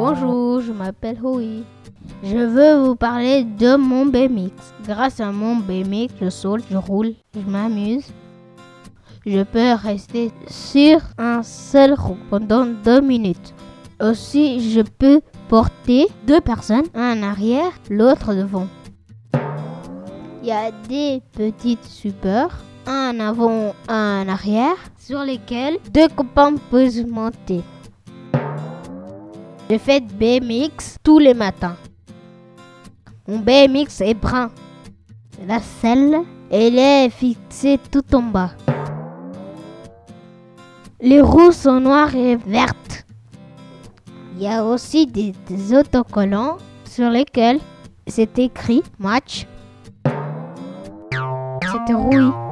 Bonjour, je m'appelle Hui. Je veux vous parler de mon BMX. Grâce à mon BMX, je saute, je roule, je m'amuse. Je peux rester sur un seul roue pendant 2 minutes. Aussi, je peux porter 2 personnes, un en arrière, l'autre devant. Il y a des petites supports, un en avant, un en arrière, sur lesquels 2 copains peuvent monter. Je fais de BMX tous les matins. Mon BMX est brun. La selle, elle est fixée tout en bas. Les roues sont noires et vertes. Il y a aussi des autocollants sur lesquels c'est écrit match. C'était Rouille.